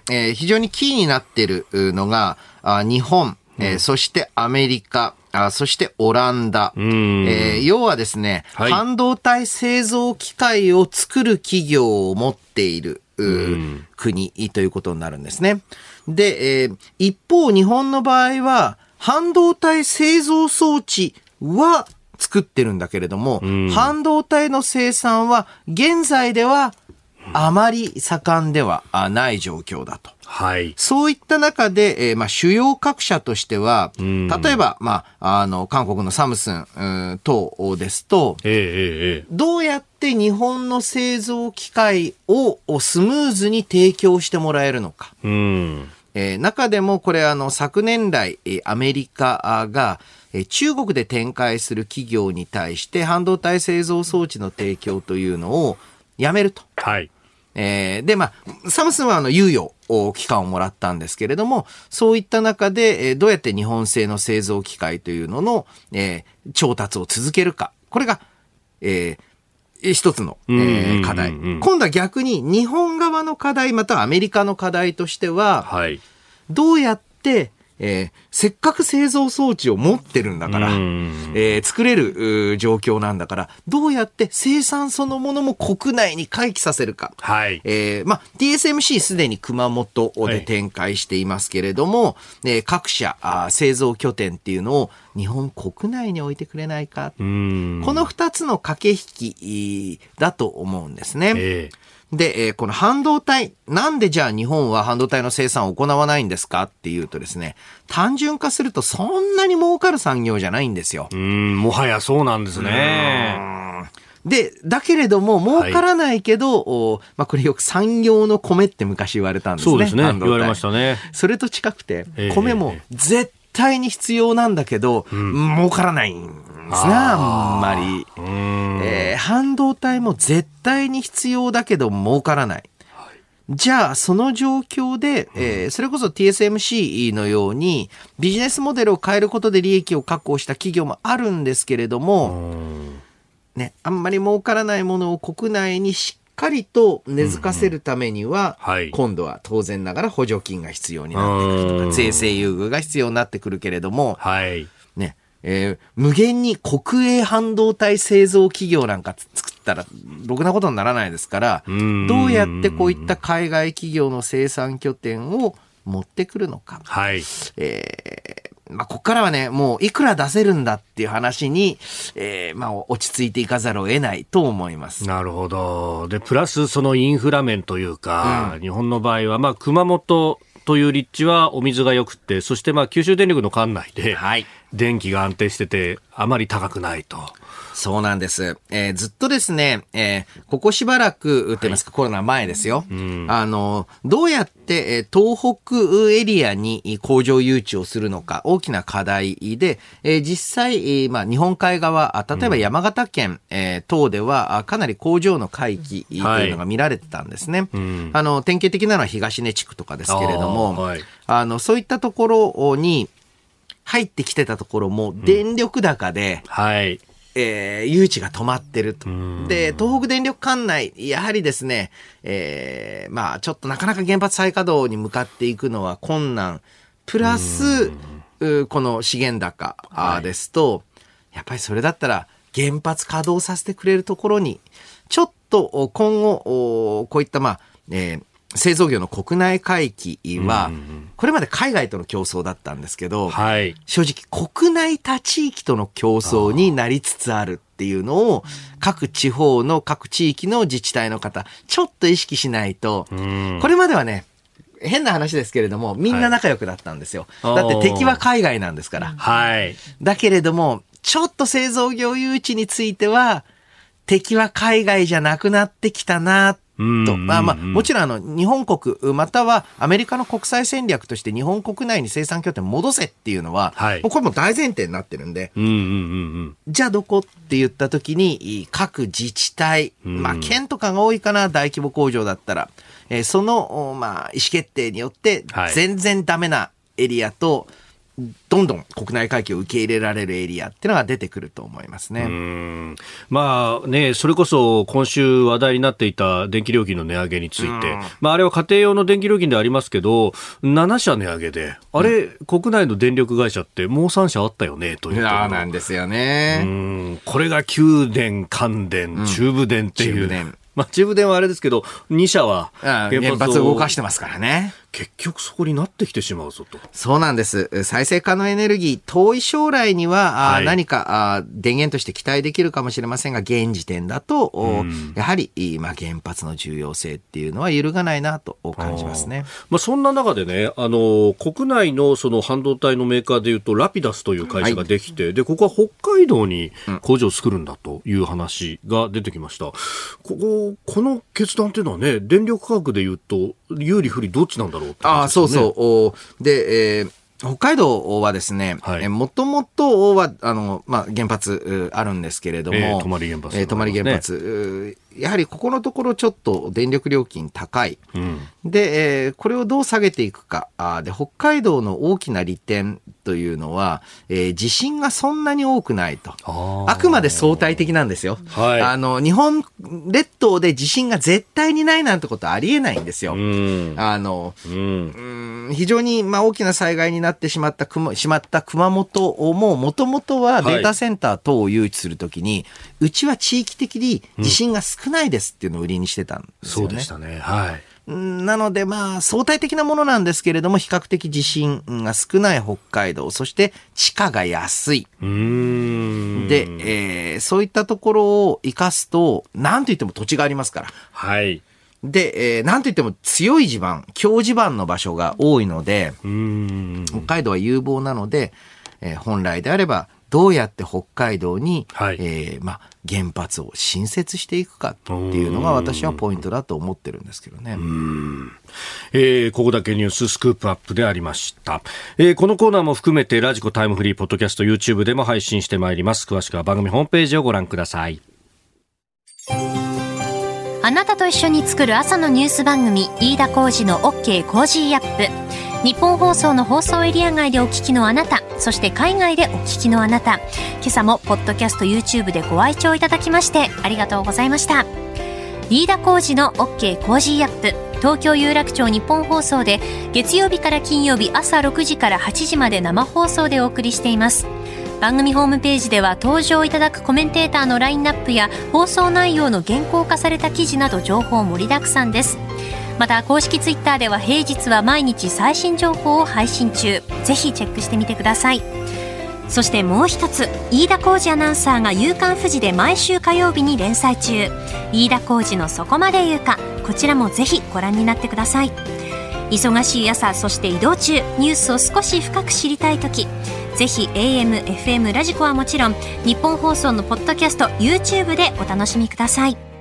非常にキーになっているのが、日本、そしてアメリカ、そしてオランダ。要はですね、はい、半導体製造機械を作る企業を持っている国ということになるんですね。で、一方日本の場合は、半導体製造装置は作ってるんだけれども、半導体の生産は現在ではあまり盛んではない状況だと。 はい。 そういった中で、主要各社としては、例えば、韓国のサムスン等ですと、どうやって日本の製造機械をスムーズに提供してもらえるのか。中でもこれ昨年来、アメリカが中国で展開する企業に対して半導体製造装置の提供というのをやめると。 はい。 で、サムスンは猶予期間をもらったんですけれども、そういった中で、どうやって日本製の製造機械というのの、調達を続けるか。これが、一つの、課題。今度は逆に日本側の課題、またはアメリカの課題としては、はい、どうやって、せっかく製造装置を持ってるんだから、作れる状況なんだから、どうやって生産そのものも国内に回帰させるか。はい。TSMC すでに熊本で展開していますけれども、各社製造拠点っていうのを日本国内に置いてくれないか。この二つの駆け引きだと思うんですね。で、この半導体、なんでじゃあ日本は半導体の生産を行わないんですかっていうとですね、単純化するとそんなに儲かる産業じゃないんですよ。 もはやそうなんですね。 で、だけれども儲からないけど、これよく産業の米って昔言われたんですね。 そうですね。言われましたね。 それと近くて、米も絶対に必要なんだけど、儲からないんですね、あんまり。半導体も絶対に必要だけど儲からない。じゃあ、その状況で、それこそ TSMC のようにビジネスモデルを変えることで利益を確保した企業もあるんですけれども、ね、あんまり儲からないものを国内にしっかりと根付かせるためには、今度は当然ながら補助金が必要になってくるとか、税制優遇が必要になってくるけれども、ね、無限に国営半導体製造企業なんか作ったらろくなことにならないですから、どうやってこういった海外企業の生産拠点を持ってくるのか。はい。ここからはね、もういくら出せるんだっていう話に、落ち着いていかざるを得ないと思います。 なるほど。で、プラスそのインフラ面というか、日本の場合は、熊本という立地はお水が良くって、そして九州電力の管内で、電気が安定してて、あまり高くないと。 そうなんです。ずっとですね、ここしばらくと言いますか、コロナ前ですよ。どうやって、東北エリアに工場誘致をするのか、大きな課題で、実際、日本海側、例えば山形県、等では、かなり工場の回帰というのが見られてたんですね。典型的なのは東根地区とかですけれども、そういったところに入ってきてたところも、電力高で、誘致が止まってると。で、東北電力管内、やはりですね、ちょっとなかなか原発再稼働に向かっていくのは困難。プラス、この資源高ですと、やっぱりそれだったら原発稼働させてくれるところに、ちょっと今後、こういった製造業の国内回帰は、これまで海外との競争だったんですけど、正直国内他地域との競争になりつつあるっていうのを、各地方の各地域の自治体の方、ちょっと意識しないと、これまではね、変な話ですけれども、みんな仲良くだったんですよ。だって敵は海外なんですから。だけれども、ちょっと製造業誘致については、敵は海外じゃなくなってきたなと。もちろん日本国またはアメリカの国際戦略として日本国内に生産拠点戻せっていうのは、これも大前提になってるんで、じゃあどこって言った時に各自治体、県とかが多いかな、大規模工場だったら、その意思決定によって全然ダメなエリアとどんどん国内回帰を受け入れられるエリアっていうのが出てくると思いますね。 まあね、それこそ今週話題になっていた電気料金の値上げについて、まああれは家庭用の電気料金でありますけど、7社値上げで、あれ、国内の電力会社ってもう3社あったよねというところ。 なんですよね。 これが九電、関電、中部電っていう。 中部電。 まあ、中部電はあれですけど、2社は原発を動かしてますからね。 結局そこになってきてしまうぞと。 そうなんです。再生可能エネルギー、遠い将来には、何か電源として期待できるかもしれませんが、現時点だと、やはり、原発の重要性っていうのは揺るがないなと感じますね。 そんな中でね、国内のその半導体のメーカーでいうと、ラピダスという会社ができて、で、ここは北海道に工場を作るんだという話が出てきました。この決断っていうのはね、電力価格でいうと、有利不利どっちなんだろうって、ね。 そうそう。で、北海道はですね、もともとは、原発あるんですけれども、 泊原発、 泊原発、やはりここのところちょっと電力料金高い。で、これをどう下げていくか。で、北海道の大きな利点というのは、地震がそんなに多くないと。あくまで相対的なんですよ。日本列島で地震が絶対にないなんてことはありえないんですよ。非常に大きな災害になってしまった熊本ももともとはデータセンター等を誘致するときに、うちは地域的に地震が少ないですっていうのを売りにしてたんですよね。 そうでしたね。はい。 なので相対的なものなんですけれども、比較的地震が少ない北海道、そして地価が安い。で、そういったところを生かすと、なんといっても土地がありますから。 はい。 で、なんといっても強い地盤、強地盤の場所が多いので、北海道は有望なので、本来であればどうやって北海道に、原発を新設していくかっていうのが私はポイントだと思ってるんですけどね。 ここだけニューススクープアップでありました。このコーナーも含めてラジコタイムフリーポッドキャスト YouTube でも配信してまいります。詳しくは番組ホームページをご覧ください。 あなたと一緒に作る朝のニュース番組、飯田浩司の OK コージーアップ。日本放送の放送エリア外でお聞きのあなた、そして海外でお聞きのあなた、今朝もポッドキャスト YouTube でご愛聴いただきましてありがとうございました。飯田浩司の OK コージーアップ、東京有楽町日本放送で月曜日から金曜日朝6時から8時まで生放送でお送りしています。番組ホームページでは登場いただくコメンテーターのラインナップや放送内容の原稿化された記事など情報盛りだくさんです。また公式ツイッターでは平日は毎日最新情報を配信中。ぜひチェックしてみてください。そしてもう一つ、飯田浩司アナウンサーが夕刊フジで毎週火曜日に連載中、飯田浩司のそこまで言うか、こちらもぜひご覧になってください。忙しい朝、そして移動中、ニュースを少し深く知りたいとき、ぜひ AM、FM、ラジコはもちろん日本放送のポッドキャスト YouTube でお楽しみください。